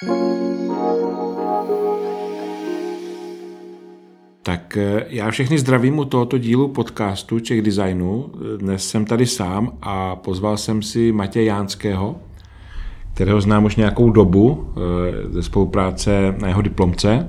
Tak já všechny zdravím u tohoto dílu podcastu Czech Designu. Dnes jsem tady sám a pozval jsem si Matěje Jánského, kterého znám už nějakou dobu ze spolupráce na jeho diplomce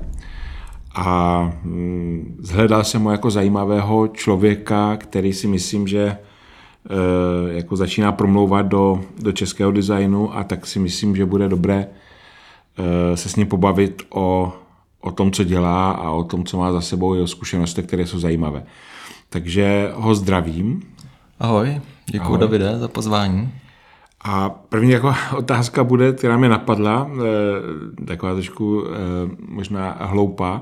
a zhledal jsem ho jako zajímavého člověka, který si myslím, že jako začíná promlouvat do českého designu, a tak si myslím, že bude dobré se s ním pobavit o tom, co dělá a o tom, co má za sebou, jeho zkušenosti, které jsou zajímavé. Takže ho zdravím. Ahoj, děkuji Davide za pozvání. A první jako otázka bude, která mě napadla, taková trošku možná hloupá.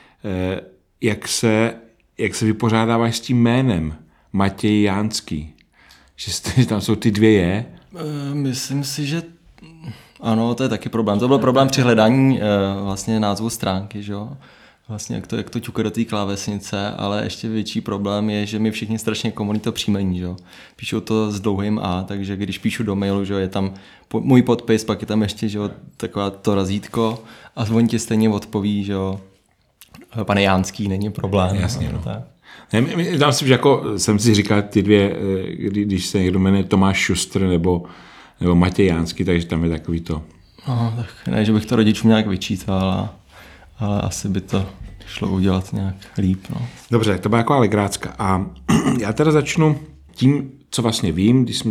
Jak se vypořádáváš s tím jménem Matěj Jánský? Že tam jsou ty dvě je? Myslím si, že ano, to je taky problém. To byl problém při hledání vlastně názvu stránky, že jo? Vlastně jak to ťuka do té klávesnice, ale ještě větší problém je, že mi všichni strašně komolí to příjmení, že jo? Píšou to s dlouhým A, takže když píšu do mailu, že jo, je tam můj podpis, pak je tam ještě, že jo, taková to razítko a oni ti stejně odpoví, že jo, pane Jánský, není problém. Jasně, no. Tak. Já myslím, že jako jsem si říkal ty dvě, když se někdo jmenuje Tomáš Šustr nebo Matěj Jánský, takže tam je takový to. No, tak ne, že bych to rodičům nějak vyčítal, ale asi by to šlo udělat nějak líp. No. Dobře, tak to byla jako alegrácka. A já teda začnu tím, co vlastně vím, když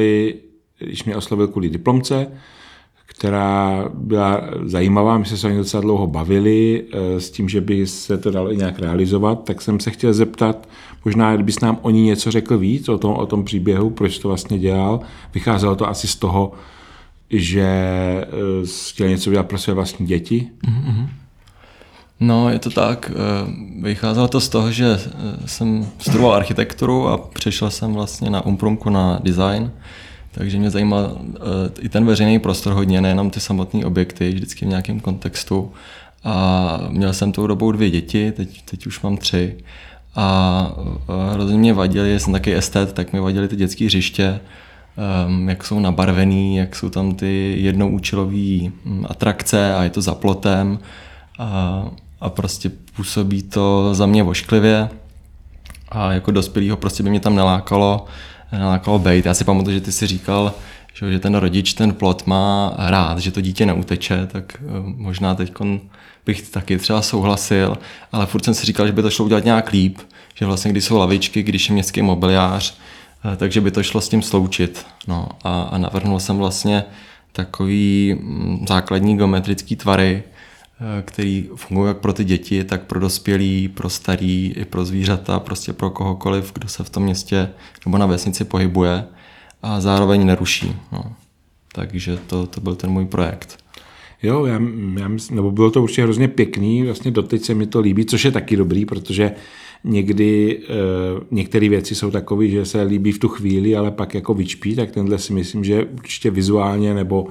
mě oslovil kvůli diplomce, která byla zajímavá, my jsme se o ní docela dlouho bavili, s tím, že by se to dalo i nějak realizovat, tak jsem se chtěl zeptat, možná kdybys nám o ní něco řekl víc, o tom příběhu, proč to vlastně dělal. Vycházelo to asi z toho, že chtěl něco dělat pro své vlastní děti. Mm-hmm. No, je to tak. Vycházelo to z toho, že jsem studoval architekturu a přešel jsem vlastně na Umprumku na design, takže mě zajímal i ten veřejný prostor hodně, nejenom ty samotné objekty, vždycky v nějakém kontextu. A měl jsem tou dobou 2 děti, teď už mám 3. A hrozně mě vadily, jsem taky estet, tak mě vadily ty dětské hřiště, jak jsou nabarvený, jak jsou tam ty jednoúčelové atrakce a je to za plotem. A prostě působí to za mě ošklivě a jako dospělýho prostě by mě tam nelákalo bejt. Já si pamatuju, že ty si říkal, že ten rodič ten plot má rád, že to dítě neuteče, tak možná teď bych taky třeba souhlasil, ale furt jsem si říkal, že by to šlo udělat nějak líp, že vlastně když jsou lavičky, když je městský mobiliář, takže by to šlo s tím sloučit. No, a navrhnul jsem vlastně takový základní geometrický tvary, který fungují jak pro ty děti, tak pro dospělí, pro starý, i pro zvířata, prostě pro kohokoliv, kdo se v tom městě nebo na vesnici pohybuje a zároveň neruší. No. Takže to byl ten můj projekt. Jo, já myslím, nebo bylo to určitě hrozně pěkný, vlastně doteď se mi to líbí, což je taky dobrý, protože někdy některé věci jsou takové, že se líbí v tu chvíli, ale pak jako vyčpí, tak tenhle si myslím, že určitě vizuálně nebo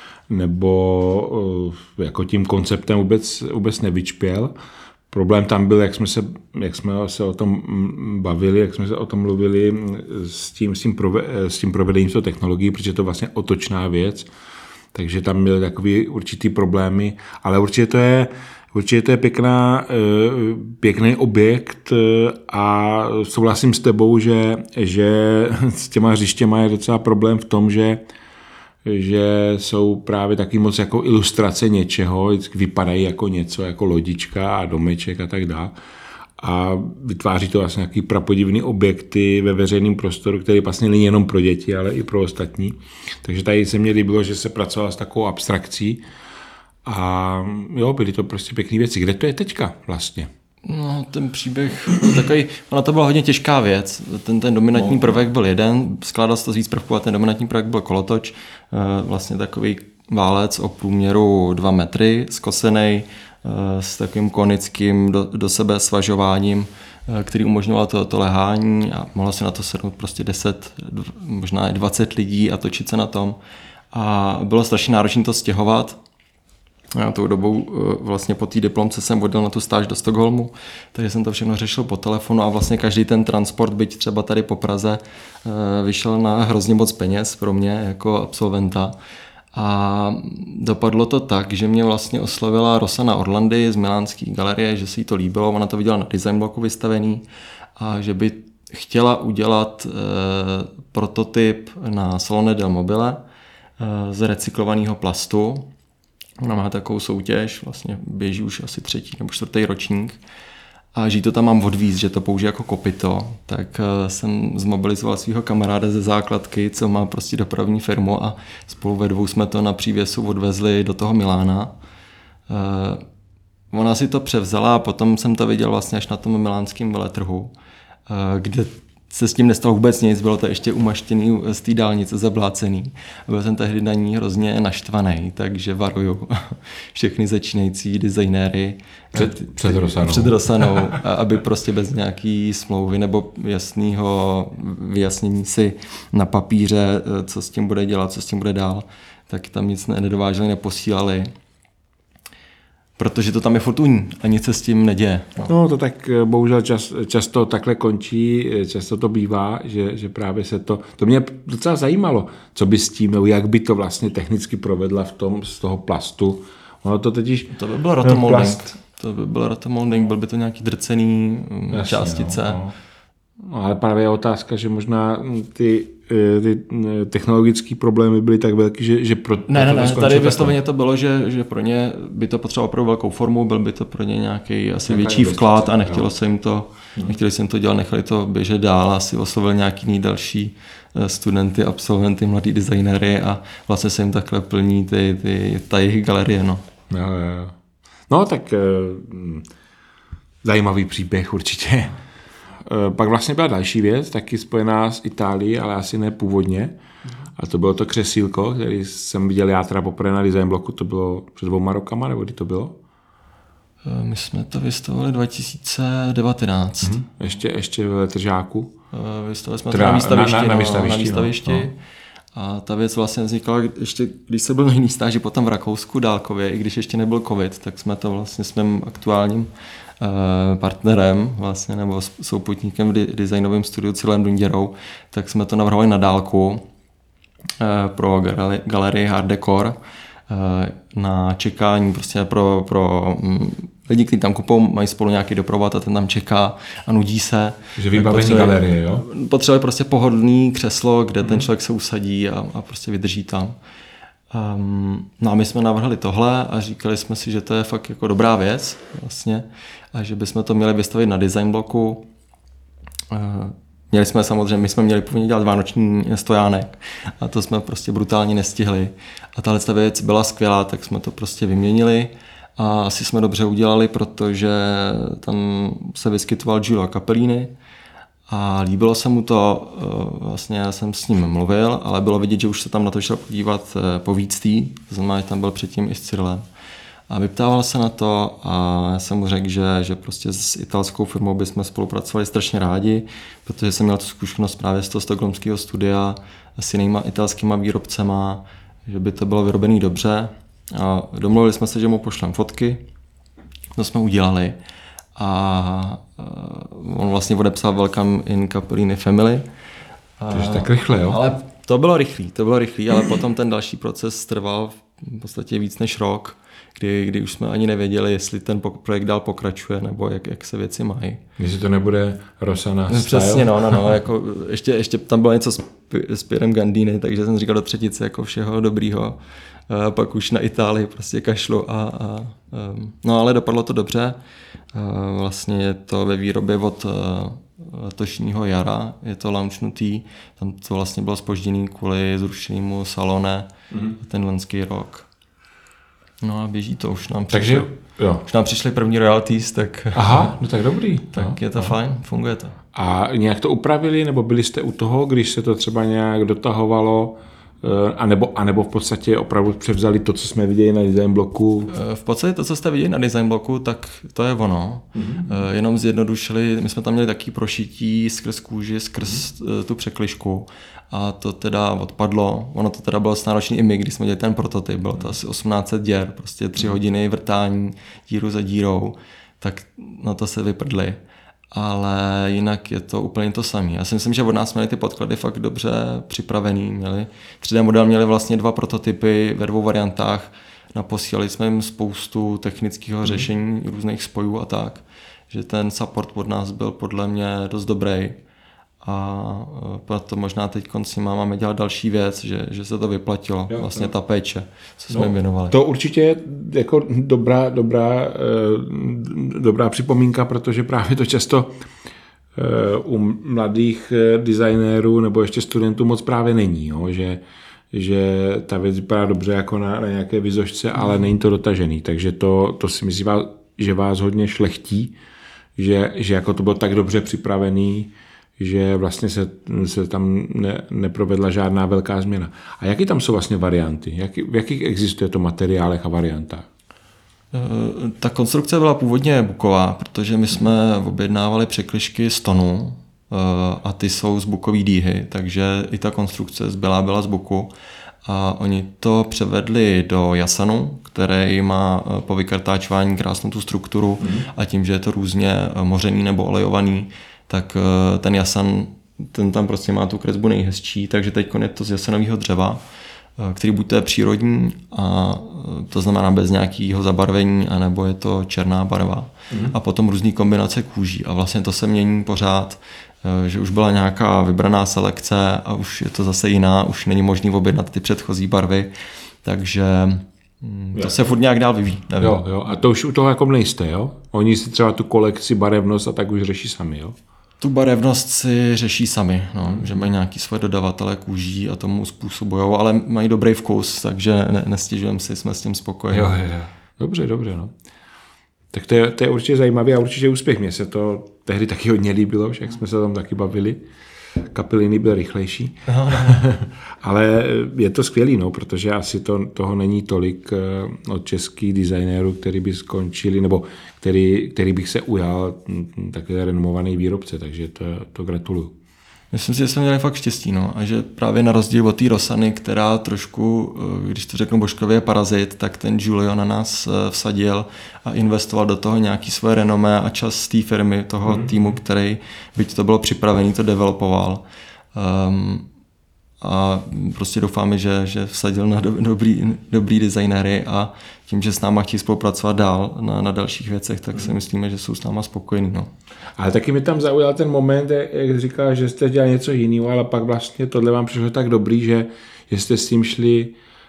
jako tím konceptem vůbec nevyčpěl. Problém tam byl, jak jsme se o tom bavili, jak jsme se o tom mluvili s tím provedením té technologií, protože to je vlastně otočná věc, takže tam byly takový určitý problémy, ale určitě to je pěkný objekt a souhlasím s tebou, že s těma hřištěma je docela problém v tom, že jsou právě taky moc jako ilustrace něčeho, vždycky vypadají jako něco, jako lodička a domeček a tak dále. A vytváří to vlastně nějaký prapodivný objekty ve veřejném prostoru, který vlastně není jenom pro děti, ale i pro ostatní. Takže tady se mně líbilo, že se pracovala s takovou abstrakcí a jo, byly to prostě pěkné věci. Kde to je teďka vlastně? No, ten příběh takový, ona to byla hodně těžká věc. Ten dominantní prvek byl jeden, skládal se to z víc prvků a ten dominantní prvek byl kolotoč, vlastně takový válec o průměru 2 metry, skosený, s takovým konickým do sebe svažováním, který umožňoval to lehání a mohlo se na to sednout prostě 10, možná i 20 lidí a točit se na tom. A bylo strašně náročné to stěhovat. Já tou dobou vlastně po té diplomce jsem odjel na tu stáž do Stockholmu, takže jsem to všechno řešil po telefonu a vlastně každý ten transport, byť třeba tady po Praze, vyšel na hrozně moc peněz pro mě jako absolventa. A dopadlo to tak, že mě vlastně oslovila Rossana Orlandy z Milánské galerie, že se jí to líbilo, ona to viděla na design bloku vystavený a že by chtěla udělat prototyp na Salone del Mobile z recyklovaného plastu. Ona má takovou soutěž, vlastně běží už asi 3. nebo 4. ročník. A že to tam mám odvízt, že to použije jako kopyto, tak jsem zmobilizoval svého kamaráda ze základky, co má prostě dopravní firmu a spolu ve 2 jsme to na přívěsu odvezli do toho Milána. Ona si to převzala a potom jsem to viděl vlastně až na tom milánském veletrhu, kde se s tím nestalo vůbec nic, bylo to ještě umaštěný z té dálnice, zablácený. Byl jsem tehdy na ní hrozně naštvaný, takže varuju všechny začínající designéry před Rossanou, aby prostě bez nějaký smlouvy nebo jasného vyjasnění si na papíře, co s tím bude dělat, co s tím bude dál, tak tam nic nedováželi, neposílali. Protože to tam je fotuní a nic se s tím neděje. No to tak bohužel často takhle končí, často to bývá, že právě se to mě docela zajímalo, co by s tím, jak by to vlastně technicky provedla z toho plastu. Ono to totiž... To by byl rotomolding. To by byl rotomolding, byl by to nějaký drcený částice. No. No, ale právě je otázka, že možná ty technologické problémy byly tak velký, že Ne, tady vysloveně to bylo, že pro ně by to potřebovalo opravdu velkou formu, byl by to pro ně nějaký asi větší vklad a nechtěli se jim to dělat, nechali to běžet dál, asi oslovil nějaký další studenty, absolventy, mladí designéry a vlastně se jim takhle plní ta jejich galerie. No. Jo. No tak zajímavý příběh určitě. Pak vlastně byla další věc, taky spojená s Itálií, ale asi ne původně. A to bylo to křesílko, který jsem viděl já teda poprvé na design bloku, to bylo před 2 rokama, nebo kdy to bylo? My jsme to vystavili 2019. Ještě v Letržáku? Vystavili jsme to na výstavišti. No. A ta věc vlastně vznikla, ještě když se byl na jiný stáži potom v Rakousku dálkově, i když ještě nebyl covid, tak jsme to vlastně s mým aktuálním partnerem vlastně, nebo souputníkem v designovém studiu Cílem Dunděrou, tak jsme to navrhovali na dálku pro galerii Art Decor na čekání prostě pro lidi, kteří tam kupují, mají spolu nějaký doprovod a ten tam čeká a nudí se. Že vybavení galerie, jo? Potřebuje prostě pohodlný křeslo, kde ten člověk se usadí a prostě vydrží tam. No a my jsme navrhli tohle a říkali jsme si, že to je fakt jako dobrá věc vlastně a že bychom to měli vystavit na design bloku. My jsme měli původně dělat vánoční stojánek a to jsme prostě brutálně nestihli. A tahle věc byla skvělá, tak jsme to prostě vyměnili a asi jsme dobře udělali, protože tam se vyskytoval Giulio Capellini a líbilo se mu to, vlastně já jsem s ním mluvil, ale bylo vidět, že už se tam na to šel podívat po víctý, to znamená, že tam byl předtím i s Cyrilem. A vyptával se na to a já jsem mu řekl, že prostě s italskou firmou bychom spolupracovali strašně rádi, protože jsem měl tu zkušenost právě z toho stockholmského studia s jinýma italskýma výrobcema, že by to bylo vyrobené dobře. A domluvili jsme se, že mu pošlem fotky, to jsme udělali. A on vlastně odepsal Welcome in Capellini Family. Takže tak rychle, jo? Ale to bylo rychlý, ale potom ten další proces trval v podstatě víc než rok, kdy už jsme ani nevěděli, jestli ten projekt dál pokračuje, nebo jak se věci mají. Jestli to nebude Rossana style. Přesně, no, jako ještě tam bylo něco s Pierrem Gandini, takže jsem říkal do třetice jako všeho dobrýho. Pak už na Itálii prostě kašlu no ale dopadlo to dobře. Vlastně je to ve výrobě od letošního jara, je to launchnutý, tam to vlastně bylo zpožděný kvůli zrušenému Salone ten loňský rok. No a běží to, už nám přišly první royalties, tak... Aha, no tak dobrý. Tak je to fajn, funguje to. A nějak to upravili, nebo byli jste u toho, když se to třeba nějak dotahovalo, anebo v podstatě opravdu převzali to, co jsme viděli na design bloku? V podstatě to, co jste viděli na design bloku, tak to je ono. Jenom zjednodušili, my jsme tam měli taky prošití skrz kůži, skrz tu překližku a to teda odpadlo. Ono to teda bylo náročný i my, když jsme dělali ten prototyp, bylo to asi 1800 děr, prostě 3 hodiny vrtání díru za dírou, tak na to se vyprdli. ale jinak je to úplně to samé. Já si myslím, že od nás měli ty podklady fakt dobře připravený. 3D model měli vlastně 2 prototypy ve 2 variantách. Naposílali jsme jim spoustu technického řešení, různých spojů a tak, že ten support od nás byl podle mě dost dobrý. A proto možná teď s nima máme dělat další věc, že se to vyplatilo, vlastně ta péče, co jsme jim věnovali. To určitě je jako dobrá připomínka, protože právě to často u mladých designérů nebo ještě studentů moc právě není, jo? Že ta věc vypadá dobře jako na nějaké vizošce, ale není to dotažený, takže to si myslím, že vás hodně šlechtí, že jako to bylo tak dobře připravený, že vlastně se tam neprovedla žádná velká změna. A jaké tam jsou vlastně varianty? V jakých existuje to materiálech a variantách? Ta konstrukce byla původně buková, protože my jsme objednávali překližky z tonu a ty jsou z bukové dýhy, takže i ta konstrukce byla z buku. A oni to převedli do jasanu, který má po vykartáčování krásnou tu strukturu a tím, že je to různě mořený nebo olejovaný, tak ten jasan, ten tam prostě má tu kresbu nejhezčí, takže teď je to z jasanového dřeva, který buď to je přírodní, a to znamená bez nějakého zabarvení, anebo je to černá barva. A potom různý kombinace kůží a vlastně to se mění pořád, že už byla nějaká vybraná selekce a už je to zase jiná, už není možný objednat ty předchozí barvy, takže to se furt nějak dál vyvíjí. Jo, a to už u toho jako nejste, jo? Oni si třeba tu kolekci, barevnost a tak už řeší sami, jo? Tu barevnost si řeší sami, že mají nějaký svoje dodavatele kůží a tomu způsobujou, ale mají dobrý vkus, takže nestěžujeme si, jsme s tím spokojeni. Jo. Dobře, no. Tak to je určitě zajímavé a určitě úspěch. Mně se to tehdy taky hodně líbilo, jak jsme se tam taky bavili. Kapeliny byl rychlejší. Ale je to skvělý, protože asi toho není tolik od českých designérů, který by skončili, nebo který bych se ujal takový renomovaný výrobce, takže to gratuluju. Myslím si, že jsme měli fakt štěstí, a že právě na rozdíl od té Rossany, která trošku, když to řeknu božkově, je parazit, tak ten Giulio na nás vsadil a investoval do toho nějaký svoje renomé a čas z té firmy, toho týmu, který, byť to bylo připravený, to developoval. A prostě doufáme, že vsadil na dobrý designéry a tím, že s náma chtějí spolupracovat dál na dalších věcech, tak si myslíme, že jsou s náma spokojení. Ale taky mi tam zaujal ten moment, jak říkal, že jste dělali něco jiného, ale pak vlastně tohle vám přišlo tak dobrý, že jste s tím šli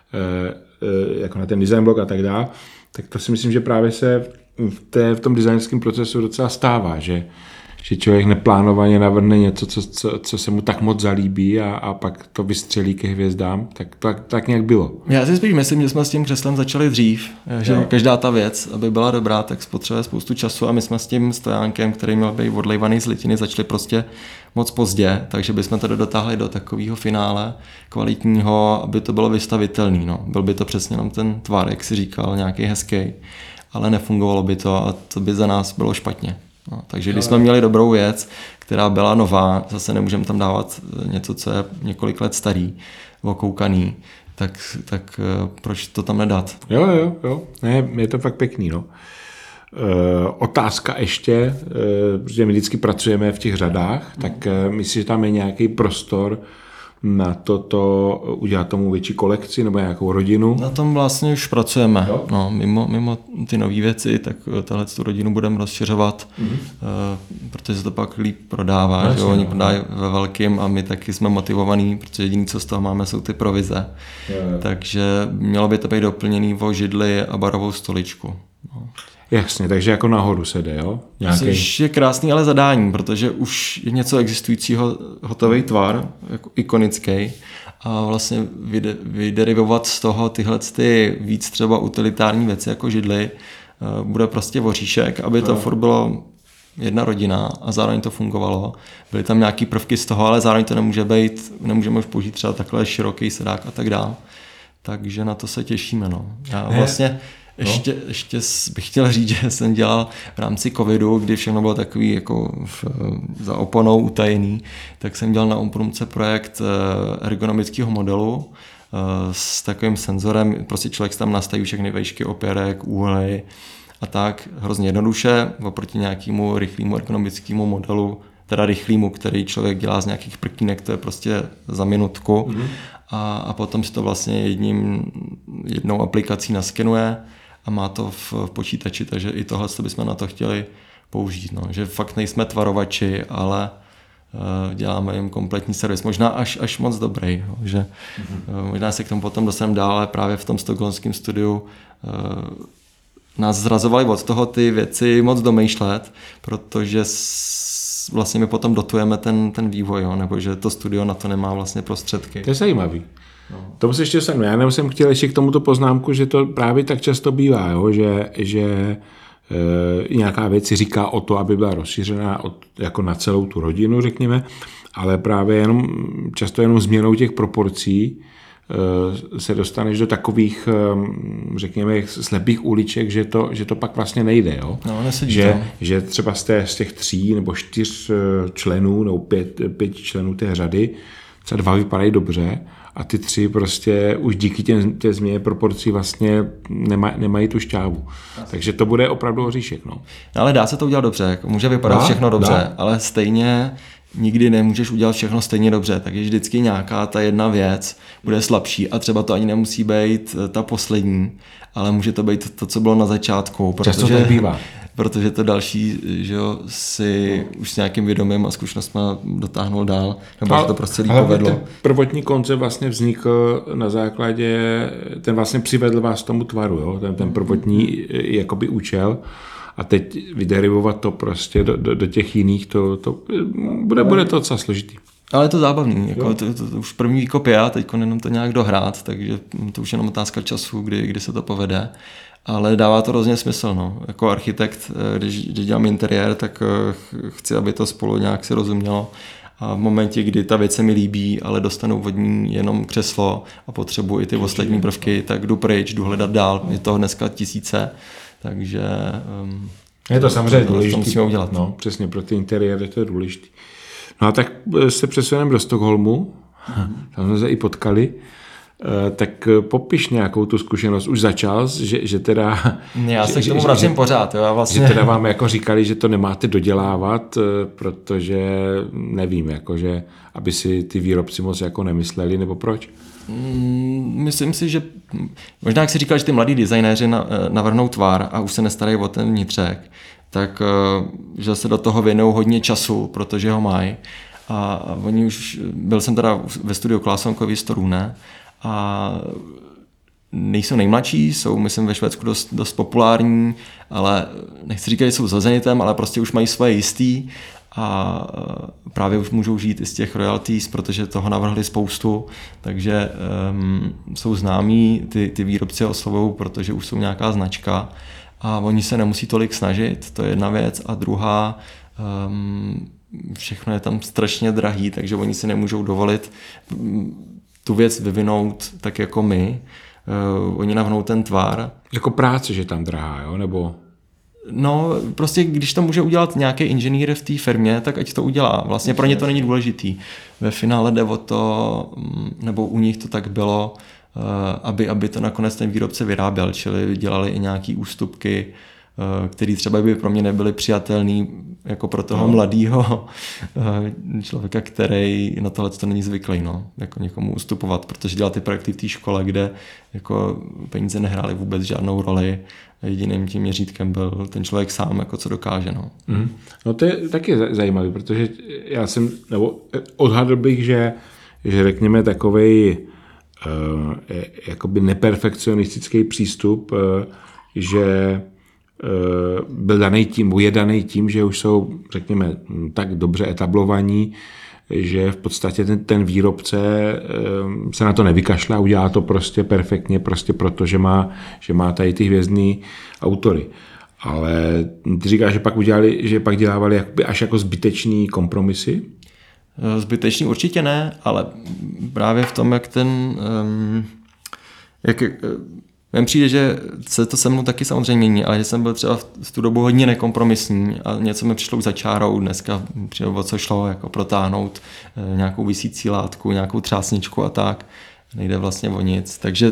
jako na ten design blog a tak dále, tak to si myslím, že právě se v tom designerském procesu docela stává, že člověk neplánovaně navrhne něco, co se mu tak moc zalíbí a pak to vystřelí ke hvězdám, tak nějak bylo. Já si spíš myslím, že jsme s tím křeslem začali dřív, že každá ta věc, aby byla dobrá, tak spotřebuje spoustu času a my jsme s tím stojánkem, který měl být odlejvaný z litiny, začali prostě moc pozdě, takže bychom to dotáhli do takového finále kvalitního, aby to bylo vystavitelný. Byl by to přesně jenom ten tvar, jak si říkal, nějaký hezký, ale nefungovalo by to a to by za nás bylo špatně. Takže když jsme měli dobrou věc, která byla nová, zase nemůžeme tam dávat něco, co je několik let starý, okoukaný, tak proč to tam nedat? Jo. Ne, je to fakt pěkný, Otázka ještě, protože my vždycky pracujeme v těch řadách, tak myslíš, že tam je nějaký prostor na toto udělat tomu větší kolekci nebo nějakou rodinu? Na tom vlastně už pracujeme. Mimo ty nové věci, tak tu rodinu budeme rozšiřovat, protože se to pak líp prodává. Že oni prodají ve velkým a my taky jsme motivovaní, protože jediné, co z toho máme, jsou ty provize. Takže mělo by to být doplněný o židli a barovou stoličku. Jasně, takže jako nahoru se jde, jo? Což je krásný, ale zadání, protože už je něco existujícího, hotový tvar, jako ikonický, a vlastně vyderivovat z toho tyhle víc třeba utilitární věci jako židly bude prostě voříšek, aby to furt bylo jedna rodina a zároveň to fungovalo. Byly tam nějaký prvky z toho, ale zároveň to nemůžeme už použít třeba takhle široký sedák a tak dále. Takže na to se těšíme. Já vlastně Ještě bych chtěl říct, že jsem dělal v rámci covidu, kdy všechno bylo takový jako za oponou utajený, tak jsem dělal na Umprumce projekt ergonomického modelu s takovým senzorem, prostě člověk tam nastaví všechny vejšky opěrek, úhly a tak hrozně jednoduše oproti nějakému rychlému ergonomickému modelu, teda rychlýmu, který člověk dělá z nějakých prkínek, to je prostě za minutku a potom si to vlastně jednou aplikací naskenuje a má to v počítači, takže i tohle bychom na to chtěli použít. No. Že fakt nejsme tvarovači, ale děláme jim kompletní servis, možná až moc dobrý, že možná se k tomu potom dostaneme dál, ale právě v tom stockholmském studiu nás zrazovali od toho ty věci moc domýšlet, protože vlastně my potom dotujeme ten vývoj, nebo že to studio na to nemá vlastně prostředky. To je zajímavý. No. Tomu se ještě dostanu. Já jsem chtěl ještě k tomuto poznámku, že to právě tak často bývá, jo? Že nějaká věc si říká o to, aby byla rozšířená jako na celou tu rodinu, řekněme, ale právě často jenom změnou těch proporcí se dostaneš do takových, řekněme, slepých uliček, že to pak vlastně nejde. Jo? No, že třeba z těch 3 nebo 4 členů nebo 5 členů té řady třeba 2 vypadají dobře a ty 3 prostě už díky té změně proporcí vlastně nemají tu šťávu. Takže to bude opravdu oříšek. No. Ale dá se to udělat dobře. Může vypadat všechno dobře, ale stejně nikdy nemůžeš udělat všechno stejně dobře, takže vždycky nějaká ta jedna věc bude slabší a třeba to ani nemusí být ta poslední, ale může to být to, co bylo na začátku. Často to bývá. Protože to další, že jo, si už s nějakým vědomím a zkušenostmi dotáhnul dál, nebo že to prostě líp povedlo. Ten prvotní koncept vlastně vznikl na základě, ten vlastně přivedl vás k tomu tvaru, jo? Ten prvotní jakoby účel. A teď vyderivovat to prostě do těch jiných, to bude to docela složitý. Ale je to zábavný, jako to už první výkop je a teď jenom to nějak dohrát, takže to už je jenom otázka času, kdy se to povede. Ale dává to hrozně smysl. No. Jako architekt, když dělám interiér, tak chci, aby to spolu nějak si rozumělo. A v momentě, kdy ta věc se mi líbí, ale dostanu od ní jenom křeslo a potřebuji i ty ostatní prvky, tak jdu pryč, jdu hledat dál. Je toho dneska tisíce. Takže je to samozřejmě důležité. To musíme udělat. No, přesně, pro ty interiéry to je důležité. No a tak se přesuneme do Stockholmu, tam jsme se i potkali, tak popiš nějakou tu zkušenost už za čas, že teda... Já se k tomu vracím pořád. Jo, vlastně. Že teda vám jako říkali, že to nemáte dodělávat, protože nevím, jakože, aby si ty výrobci moc jako nemysleli, nebo proč? Myslím si, že možná jak si říkal, že ty mladí designéři navrhnou tvar a už se nestarají o ten vnitřek, tak že se do toho věnují hodně času, protože ho mají. A oni už, byl jsem teda ve studiu Klasonkový z Torune a nejsou nejmladší, jsou myslím ve Švédsku dost populární, ale nechci říkat, že jsou za Zenitem, ale prostě už mají svoje jistý a právě už můžou žít i z těch royalties, protože toho navrhli spoustu, takže jsou známí, ty výrobci oslovují, protože už jsou nějaká značka a oni se nemusí tolik snažit, to je jedna věc a druhá, všechno je tam strašně drahý, takže oni si nemůžou dovolit tu věc vyvinout tak jako my. Oni navrhnou ten tvar. Jako práce, že tam drahá, jo? Nebo... No, prostě když to může udělat nějaký inženýr v té firmě, tak ať to udělá. Vlastně pro ně to není důležitý. Ve finále jde o to, nebo u nich to tak bylo, aby to nakonec ten výrobce vyráběl, čili dělali i nějaký ústupky, který třeba by pro mě nebyly přijatelný jako pro toho mladého člověka, který na tohle to není zvyklý, no, jako někomu ustupovat, protože dělal ty projekty v té škole, kde jako peníze nehrály vůbec žádnou roli. Jediným tím měřítkem byl ten člověk sám, jako co dokáže. No. No to je taky zajímavé, protože já jsem, nebo odhadl bych, že řekněme takovej jakoby neperfekcionistický přístup, že byl daný tím, je daný tím, že už jsou, řekněme, tak dobře etablovaní, že v podstatě ten výrobce se na to nevykašle a udělá to prostě perfektně, prostě proto, že má tady ty hvězdný autory. Ale ty říkáš, že pak dělávali až jako zbytečný kompromisy? Zbytečný určitě ne, ale právě v tom, jak ten... Mně přijde, že se to se mnou taky samozřejmě mění, ale že jsem byl třeba v tu dobu hodně nekompromisní a něco mi přišlo za čárou, dneska přijde o co šlo, jako protáhnout nějakou visící látku, nějakou třásničku a tak. Nejde vlastně o nic. Takže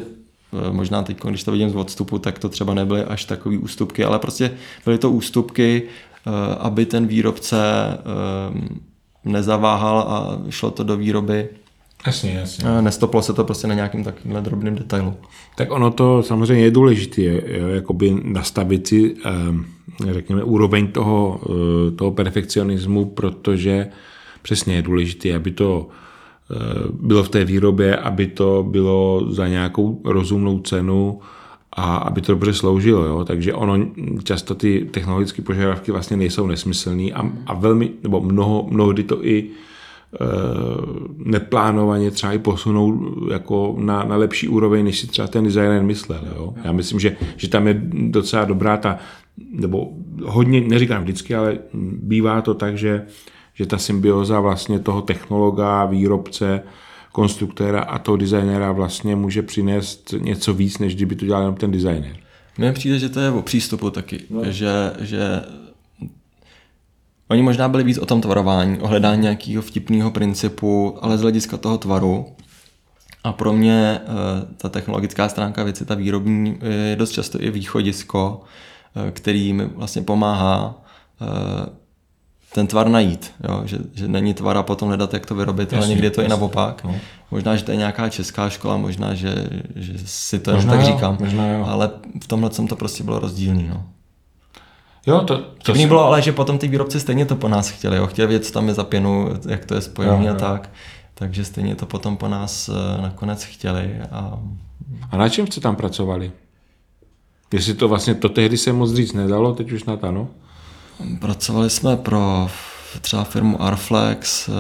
možná teď, když to vidím z odstupu, tak to třeba nebyly až takový ústupky, ale prostě byly to ústupky, aby ten výrobce nezaváhal a šlo to do výroby. Jasně. Nestoplo se to prostě na nějakým takovýmhle drobným detailu. Tak ono to samozřejmě je důležité, jakoby nastavit si, řekněme, úroveň toho perfekcionismu, protože přesně je důležité, aby to bylo v té výrobě, aby to bylo za nějakou rozumnou cenu a aby to dobře sloužilo. Jo? Takže ono často ty technologické požadavky vlastně nejsou nesmyslný a velmi, nebo mnohdy to i neplánovaně třeba i posunou jako na lepší úroveň, než si třeba ten designer myslel. Jo? Já myslím, že tam je docela dobrá nebo hodně, neříkám vždycky, ale bývá to tak, že ta symbioza vlastně toho technologa, výrobce, konstruktéra a toho designéra vlastně může přinést něco víc, než kdyby to dělal jenom ten designer. Mně přijde, že to je o přístupu taky, že oni možná byli víc o tom tvarování, o hledání nějakého vtipného principu, ale z hlediska toho tvaru. A pro mě ta technologická stránka věci, ta výrobní, je dost často i východisko, který mi vlastně pomáhá ten tvar najít. Jo? Že není tvar a potom hledat, jak to vyrobit, ale někdy je to i naopak. No. Možná, že to je nějaká česká škola, možná, že si to jenom tak říkám, ale v tomhle to prostě bylo rozdílný. No. Jo, to bylo, ale že potom ty výrobci stejně to po nás chtěli. Jo? Chtěli vědět, co tam je za pěnu, jak to je spojené a tak. Takže stejně to potom po nás nakonec chtěli. A na čem jste tam pracovali? Jestli to vlastně to tehdy se moc říct nedalo, teď už snad ano? Pracovali jsme pro třeba firmu Arflex,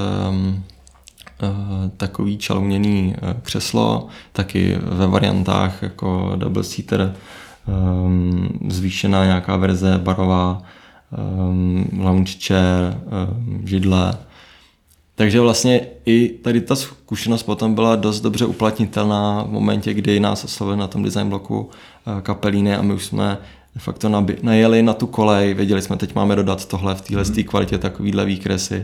takový čalouněný křeslo, taky ve variantách jako double seater, zvýšená nějaká verze barová, lounge chair, židle. Takže vlastně i tady ta zkušenost potom byla dost dobře uplatnitelná v momentě, kdy nás oslovili na tom design bloku Kapelíny a my už jsme de facto najeli na tu kolej, věděli jsme, teď máme dodat tohle v téhle kvalitě, takovýhle výkresy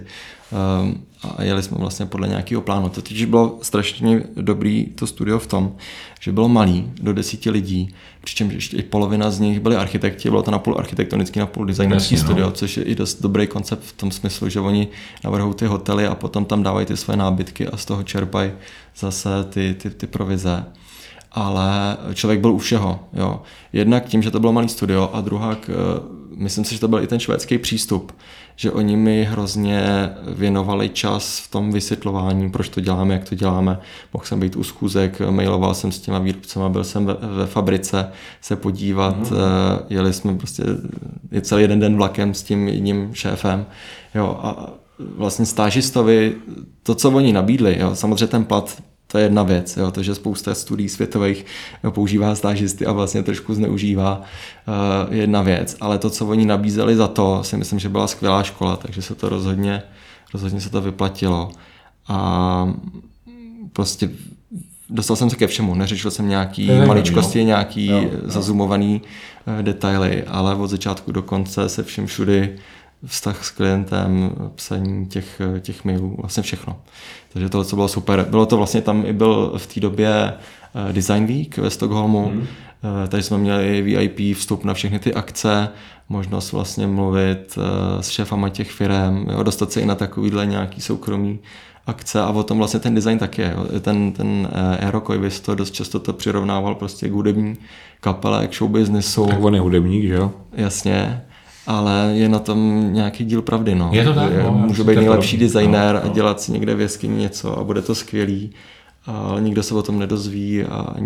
a jeli jsme vlastně podle nějakého plánu. To totiž bylo strašně dobrý to studio v tom, že bylo malý, do 10 lidí, přičemž ještě i polovina z nich byli architekti, bylo to napůl architektonický, napůl designerský studio, což je i dost dobrý koncept v tom smyslu, že oni navrhují ty hotely a potom tam dávají ty své nábytky a z toho čerpají zase ty provize. Ale člověk byl u všeho. Jo. Jednak tím, že to bylo malý studio a druhak, myslím si, že to byl i ten švédský přístup, že oni mi hrozně věnovali čas v tom vysvětlování, proč to děláme, jak to děláme. Mohl jsem být u schůzek, mailoval jsem s těma výrobcema, byl jsem ve fabrice se podívat, jeli jsme prostě celý jeden den vlakem s tím jedním šéfem. Jo, a vlastně stážistovi, to, co oni nabídli, jo, samozřejmě ten plat, to je jedna věc, jo, to, že spousta studií světových používá stážisty a vlastně trošku zneužívá, je jedna věc, ale to, co oni nabízeli za to, si myslím, že byla skvělá škola, takže se to rozhodně se to vyplatilo. A prostě dostal jsem se ke všemu, neřešil jsem nějaký maličkosti, nějaký zazumovaný detaily, ale od začátku do konce se všem všudy vztah s klientem, psaní těch mailů, vlastně všechno. Takže tohle, co bylo super. Bylo to vlastně, tam i byl v té době Design Week ve Stockholmu, tady jsme měli VIP vstup na všechny ty akce, možnost vlastně mluvit s šéfama těch firem, jo, dostat se i na takovýhle nějaký soukromý akce a o tom vlastně ten design taky je. Jo. Ten Eero Koivisto dost často to přirovnával prostě k hudební kapele, k showbiznesu. Tak on je hudebník, že jo? Jasně. Ale je na tom nějaký díl pravdy. No. Je to tak? Můžu být nejlepší designér a dělat si někde v jeskyni něco a bude to skvělý, ale nikdo se o tom nedozví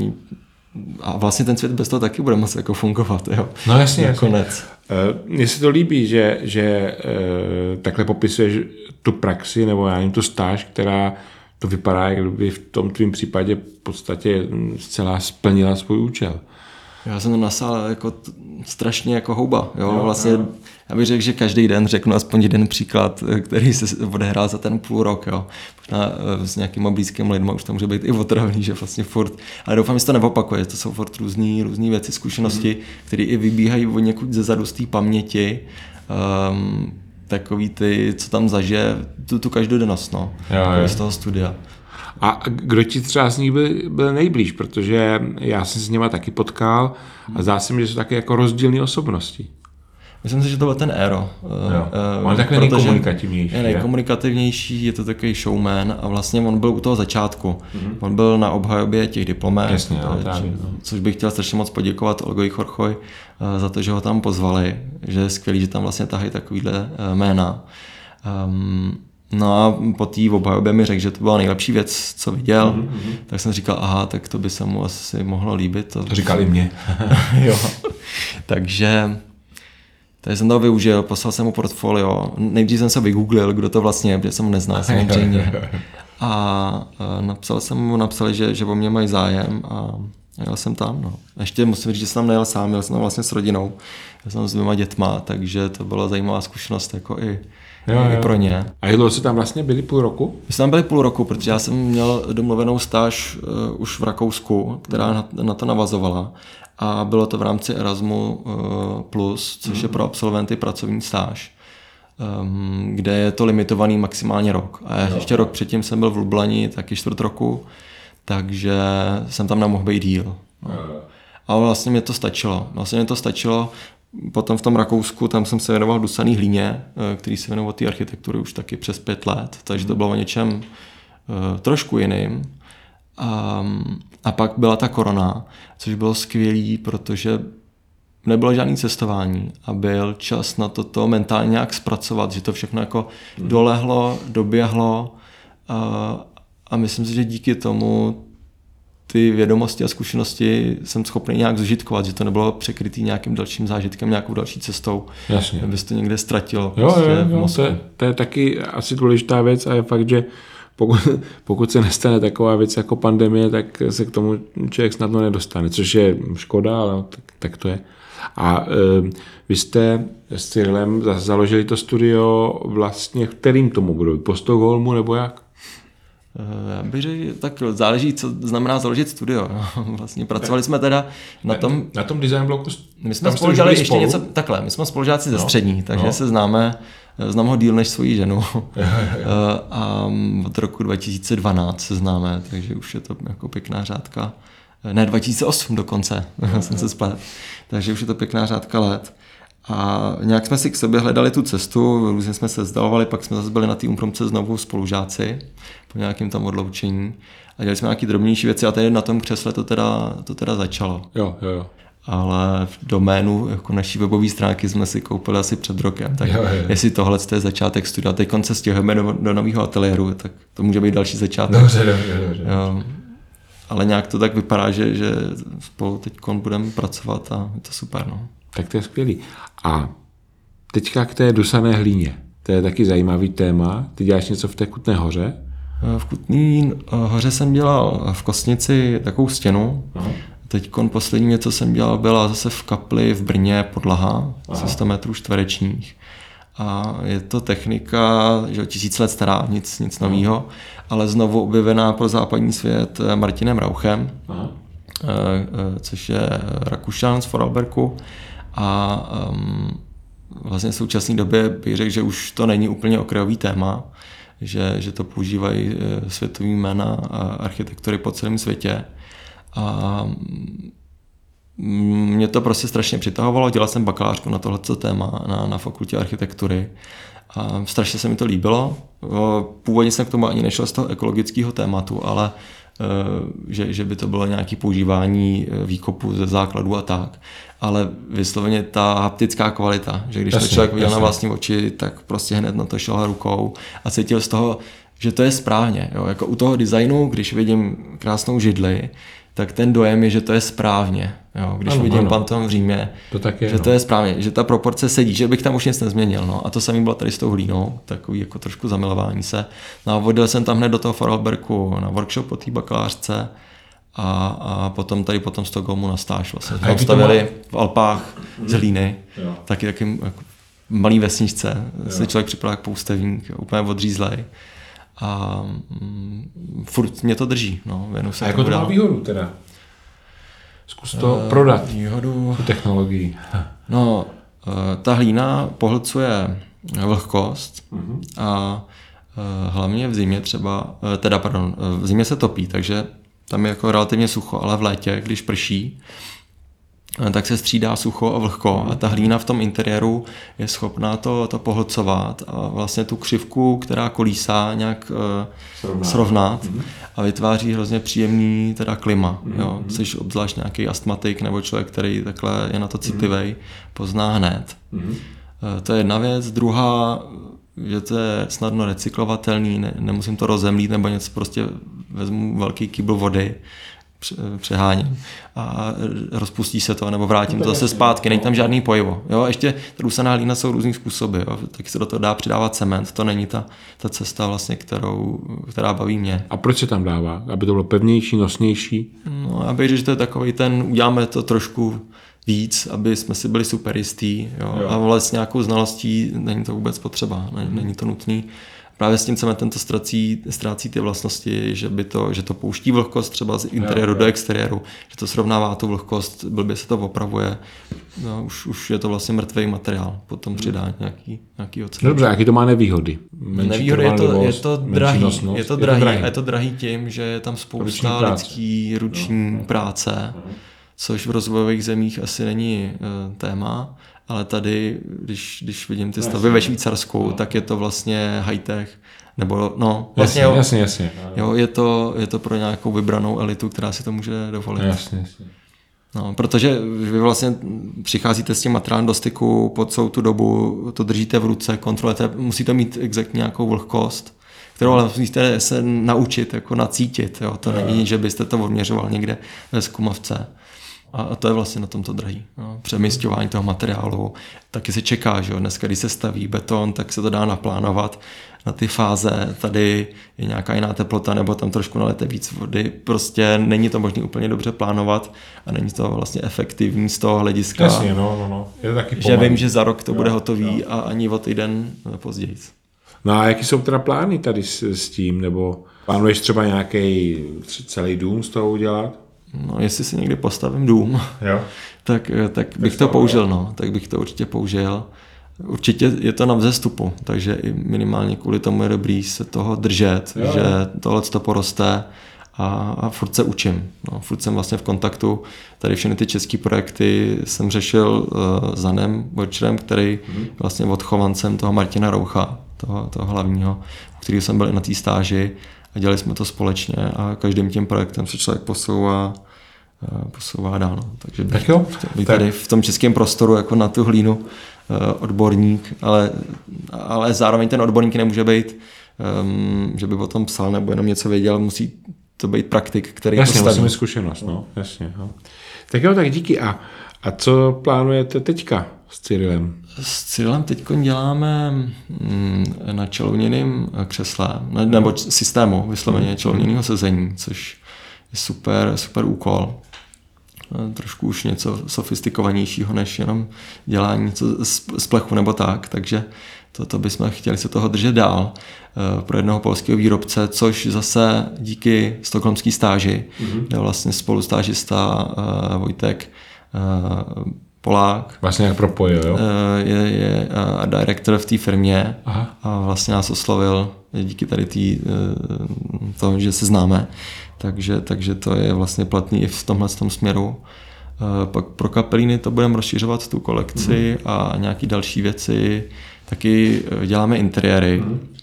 a vlastně ten svět bez toho taky bude moc jako fungovat. Jo? No jasně. Nakonec. Mně se to líbí, že takhle popisuješ tu praxi nebo já nevím, tu stáž, která to vypadá, jak kdyby v tom tvým případě v podstatě zcela splnila svůj účel. Já jsem to nasál jako strašně jako houba. Jo? Vlastně, já bych řekl, že každý den řeknu aspoň jeden příklad, který se odehrál za ten půl rok. Jo? Možná s nějakýma blízkými lidmi už to může být i otravný, že vlastně furt. Ale doufám, že se to neopakuje. To jsou furt různý věci, zkušenosti, které i vybíhají od někud ze zadu z té paměti. Takový ty, co tam zažije, tu každodennost, no, z toho studia. A kdo ti třeba z nich byl nejblíž? Protože já jsem s nima taky potkal a zdá se mi, že jsou taky jako rozdílné osobnosti. Myslím si, že to byl ten Aero. On je takový nejkomunikativnější. Je nejkomunikativnější, je to takový showman a vlastně on byl u toho začátku. On byl na obhajobě těch diplomet, jasně, což bych chtěl strašně moc poděkovat Olgovi Chorchoj za to, že ho tam pozvali, že je skvělý, že tam vlastně tahají takovýhle jména. No a po té obhajobě mi řekl, že to byla nejlepší věc, co viděl, tak jsem říkal, aha, tak to by se mu asi mohlo líbit. To říkali mě. Jo, takže jsem to využil, poslal jsem mu portfolio, nejdřív jsem se vygooglil, kdo to vlastně je, protože jsem ho neznal samozřejmě. A napsali, že o mě mají zájem a jel jsem tam. No. Ještě musím říct, že jsem tam nejel sám, jel jsem tam vlastně s rodinou, jel jsem s 2 dětma, takže to byla zajímavá zkušenost jako i pro ně. A jak dlouho jste tam vlastně byli, půl roku? My jsme tam byli půl roku, protože já jsem měl domluvenou stáž už v Rakousku, která na to navazovala. A bylo to v rámci Erasmu+, což je pro absolventy pracovní stáž, kde je to limitovaný maximálně rok. A ještě rok předtím jsem byl v Lublani, taky 4 roku, takže jsem tam nemohl být díl. No. A vlastně mě to stačilo. Potom v tom Rakousku, tam jsem se věnoval dusaný hlíně, který se věnoval té architektury už taky přes 5 let, takže to bylo o něčem trošku jiným. A pak byla ta korona, což bylo skvělý, protože nebylo žádný cestování a byl čas na to mentálně nějak zpracovat, že to všechno jako dolehlo, doběhlo a myslím si, že díky tomu ty vědomosti a zkušenosti jsem schopný nějak zužitkovat, že to nebylo překrytý nějakým dalším zážitkem, nějakou další cestou, aby to někde ztratilo. Jo, to je taky asi důležitá věc a je fakt, že pokud se nestane taková věc jako pandemie, tak se k tomu člověk snadno nedostane, což je škoda, ale tak to je. A vy jste s Cyrilem založili to studio vlastně v kterým tomu budou? Po Stockholmu nebo jak? Já bych řekl, tak záleží, co znamená založit studio. Vlastně pracovali jsme teda na tom design bloku. My jsme spolu dělali ještě něco takhle. My jsme spolužáci ze střední, takže se znám ho díl než svoji ženu. A od roku 2012 se známe, takže už je to jako pěkná řádka. Ne, 2008 dokonce, jsem se splet. Takže už je to pěkná řádka let. A nějak jsme si k sobě hledali tu cestu, různě jsme se vzdalovali, pak jsme zase byli na té Umprumce znovu spolužáci po nějakém tam odloučení a dělali jsme nějaké drobnější věci a tady na tom křesle to teda začalo. Jo. Ale v doménu jako naší webové stránky jsme si koupili asi před rokem, tak jestli tohle je začátek studia, teď se stěhujeme do nového ateliéru, tak to může být další začátek. Dobře. Ale nějak to tak vypadá, že spolu teď budeme pracovat a je to super. No. Tak to je skvělý. A teďka k té dusané hlíně. To je taky zajímavý téma. Ty děláš něco v té Kutné Hoře? V Kutné Hoře jsem dělal v Kostnici takovou stěnu. Teď poslední něco jsem dělal, byla zase v kapli v Brně podlaha, 100 metrů čtverečních. A je to technika, že 1000 let stará, nic nového, ale znovu objevená pro západní svět Martinem Rauchem, což je Rakušan z Vorarlbergu. A vlastně v současné době bych řekl, že už to není úplně okrajový téma, že to používají světový jména architektury po celém světě. A mě to prostě strašně přitahovalo, dělal jsem bakalářku na tohleto téma na fakultě architektury a strašně se mi to líbilo. Původně jsem k tomu ani nešel z toho ekologického tématu, ale že by to bylo nějaké používání výkopu ze základů a tak. Ale vysloveně ta haptická kvalita, že když to člověk viděl na vlastní oči, tak prostě hned na to šel rukou a cítil z toho, že to je správně. Jo? Jako u toho designu, když vidím krásnou židli, tak ten dojem je, že to je správně. Jo? Když vidím Pantheon v Římě, to je správně, že ta proporce sedí, že bych tam už nic nezměnil. No. A to samý bylo tady s tou hlínou, takový jako trošku zamilování se. No a vodil jsem tam hned do toho Vorarlbergu na workshop po té bakalářce a potom tady potom Stockholmu na stáž. Vlastně. Tam stavili v Alpách z hlíny, taky jako malý vesničce, se člověk připadá jak poustevník, úplně odřízlej. A furt mě to drží. No, a jako to má výhodu teda? Zkus to prodat, výhodu tu technologii. No, ta hlína pohlcuje vlhkost a hlavně v zimě v zimě se topí, takže tam je jako relativně sucho, ale v létě, když prší, tak se střídá sucho a vlhko a ta hlína v tom interiéru je schopná to pohlcovat a vlastně tu křivku, která kolísá, nějak srovnat a vytváří hrozně příjemný teda klima. Jo. Což obzvlášť nějaký astmatik nebo člověk, který takhle je na to citlivý, pozná hned. To je jedna věc. Druhá, že to je snadno recyklovatelný, nemusím to rozemlít nebo něco, prostě vezmu velký kýbl vody, přeháním a rozpustí se to, nebo vrátím to zase zpátky, není tam žádný pojivo. Jo? Ještě trusaná hlína jsou různý způsoby, jo? Taky se do toho dá přidávat cement, to není ta cesta vlastně, která baví mě. A proč se tam dává? Aby to bylo pevnější, nosnější? No, já bych řekl, že to je takový uděláme to trošku víc, aby jsme si byli super jistý, jo? A vlastně nějakou znalostí není to vůbec potřeba, není to nutný. Právě s tím cementem to ztrácí ty vlastnosti, že to pouští vlhkost třeba z interiéru do exteriéru, že to srovnává tu vlhkost, blbě se to opravuje. No, už je to vlastně mrtvý materiál, potom přidá nějaký ocel. Dobře, jaký to má nevýhody? Nevýhody je to drahý tím, že je tam spousta lidský ruční práce, což v rozvojových zemích asi není téma. Ale tady, když vidím ty stavby ve Švýcarsku, tak je to vlastně high-tech, nebo vlastně jasně. Jo, je to pro nějakou vybranou elitu, která si to může dovolit. Jasně. No, protože vy vlastně přicházíte s tím materiálem do styku po celou tu dobu, to držíte v ruce, kontrolujete, musíte mít exaktně nějakou vlhkost, kterou ale musíte se naučit, jako nacítit. Jo? To není, že byste to odměřoval někde ve zkumavce. A to je vlastně na tomto drahý. No. Přemísťování toho materiálu. Taky se čeká, že jo? Dneska, když se staví beton, tak se to dá naplánovat na ty fáze. Tady je nějaká jiná teplota, nebo tam trošku nalete víc vody. Prostě není to možné úplně dobře plánovat a není to vlastně efektivní z toho hlediska. Jasně, no. Je to taky že vím, že za rok to bude hotový a ani o týden později. No a jaký jsou teda plány tady s tím? Nebo plánuješ třeba nějaký celý dům z toho udělat? No, jestli si někdy postavím dům, jo. tak bych to použil, no. Tak bych to určitě použil. Určitě je to na vzestupu, takže i minimálně kvůli tomu je dobrý se toho držet, že tohle to poroste a furt se učím. No, furt jsem vlastně v kontaktu. Tady všechny ty české projekty jsem řešil s Danem Borčerem, který vlastně odchovancem toho Martina Roucha, toho hlavního, u kterého jsem byl i na té stáži. A dělali jsme to společně a každým tím projektem se člověk posouvá dál. No. Takže bych tady v tom českém prostoru jako na tu hlínu odborník, ale zároveň ten odborník nemůže být, že by o tom psal nebo jenom něco věděl, musí to být praktik, který to staví. Jasně, musí mít zkušenost, no. Jasně. No. Tak jo, tak díky. A co plánujete teďka s Cyrilem? S Cyrilem teď děláme na čelouněném křesle, nebo systému vysloveně čelouněného sezení, což je super úkol. Trošku už něco sofistikovanějšího, než jenom dělání něco z plechu nebo tak, takže to bychom chtěli se toho držet dál pro jednoho polského výrobce, což zase díky stockholmské stáži, kde vlastně spolustážista Vojtek Polák. Vlastně jak propojil, jo? Je director v té firmě. Aha. A vlastně nás oslovil díky tady toho, že se známe. Takže to je vlastně platný i v tomhle směru. Pak pro kapelíny to budeme rozšiřovat tu kolekci a nějaké další věci. Taky děláme interiéry.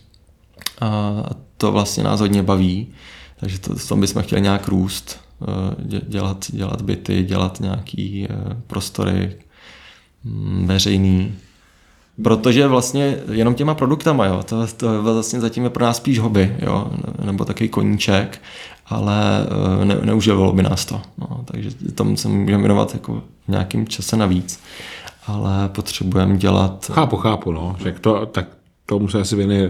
A to vlastně nás hodně baví. Takže v tom bychom chtěli nějak růst. Dělat byty, dělat nějaký prostory veřejný. Protože vlastně jenom těma produktama, jo, to vlastně zatím je pro nás spíš hobby, jo, nebo takový koníček, ale neuživilo by nás to. No, takže tomu se můžeme věnovat jako v nějakým čase navíc. Ale potřebujeme dělat... Chápu, no, že tak tomu se asi věnuje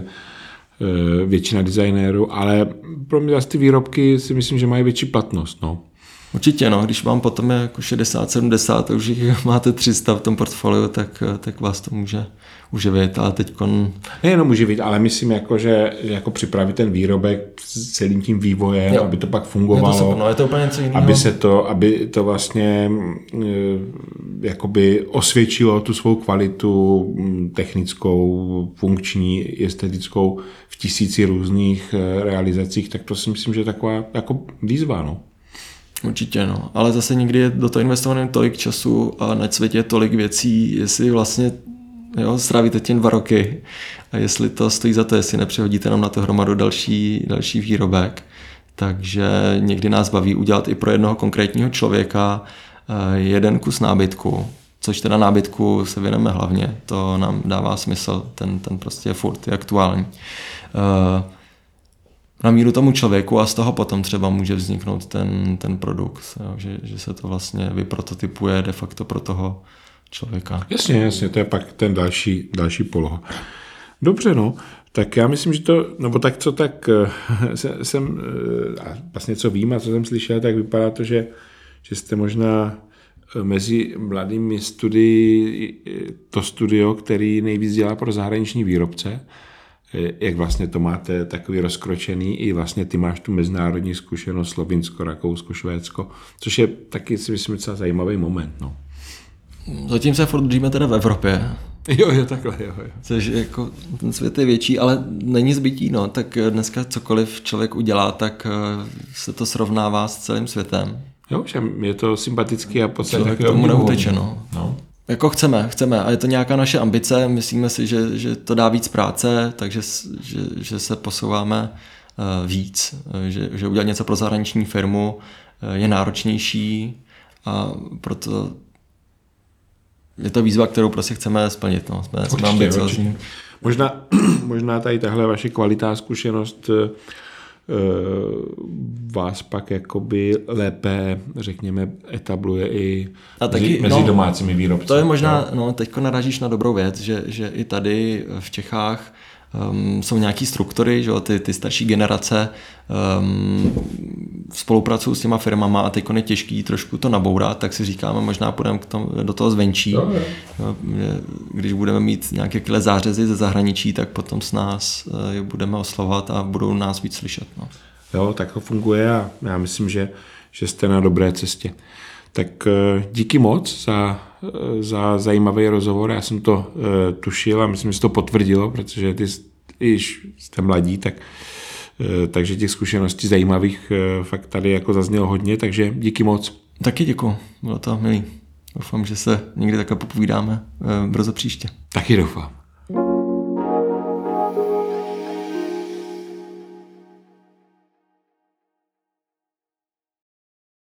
většina designérů, ale pro mě zase ty výrobky si myslím, že mají větší platnost, no. Určitě, no, když vám potom je jako 60, 70 a už jich máte 300 v tom portfoliu, tak vás to může uživit, ale teďkon... Nejenom uživit, ale myslím, že jako připravit ten výrobek s celým tím vývojem, jo. Aby to pak fungovalo. Je to úplně něco jiného. Aby to vlastně jakoby osvědčilo tu svou kvalitu technickou, funkční, estetickou v tisíci různých realizacích, tak to si myslím, že je taková jako výzva, no. Určitě, no. Ale zase někdy je do toho investované tolik času a na světě je tolik věcí, jestli vlastně strávíte tím 2 roky a jestli to stojí za to, jestli nepřehodíte nám na to hromadu další výrobek. Takže někdy nás baví udělat i pro jednoho konkrétního člověka jeden kus nábytku, což teda nábytku se věneme hlavně, to nám dává smysl, ten prostě je furt, je aktuální. Na míru tomu člověku a z toho potom třeba může vzniknout ten produkt, jo, že se to vlastně vyprototypuje de facto pro toho člověka. Jasně, to je pak ten další poloha. Dobře, no, tak já myslím, že to, nebo tak co tak jsem, a vlastně co vím a co jsem slyšel, tak vypadá to, že jste možná mezi mladými studii to studio, který nejvíc dělá pro zahraniční výrobce. Jak vlastně to máte takový rozkročený, i vlastně ty máš tu mezinárodní zkušenost Slovinsko, Rakousko, Švédsko, což je taky si myslím docela zajímavý moment, no. Zatím se furt držíme teda v Evropě. Jo, takhle, jo. Což jako ten svět je větší, ale není zbytí, no, tak dneska cokoliv člověk udělá, tak se to srovnává s celým světem. Jo, že je to sympatický a podstatě člověk tomu neuteče, no. Jako chceme a je to nějaká naše ambice, myslíme si, že to dá víc práce, takže že se posouváme víc, že udělat něco pro zahraniční firmu je náročnější a proto je to výzva, kterou prostě chceme splnit. No. Jsme ambiciozní. Možná tady tahle vaše kvalitá zkušenost vás pak jakoby lépe, řekněme, etabluje i mezi domácími výrobci. To je možná, teďko narážíš na dobrou věc, že i tady v Čechách jsou nějaký struktury, že ty starší generace spolupracují s těma firmama a teď je těžký trošku to nabourat, tak si říkáme, možná půjdeme do toho zvenčí. Když budeme mít nějaké zářezy ze zahraničí, tak potom s nás je budeme oslovovat a budou nás víc slyšet. No. Jo, tak to funguje a já myslím, že jste na dobré cestě. Tak díky moc za zajímavý rozhovor. Já jsem to tušil a myslím, že to potvrdilo, protože ty již jste mladí, takže těch zkušeností zajímavých fakt tady jako zaznělo hodně, takže díky moc. Taky děkuju, bylo to milý. Doufám, že se někdy takhle popovídáme brzo příště. Taky doufám.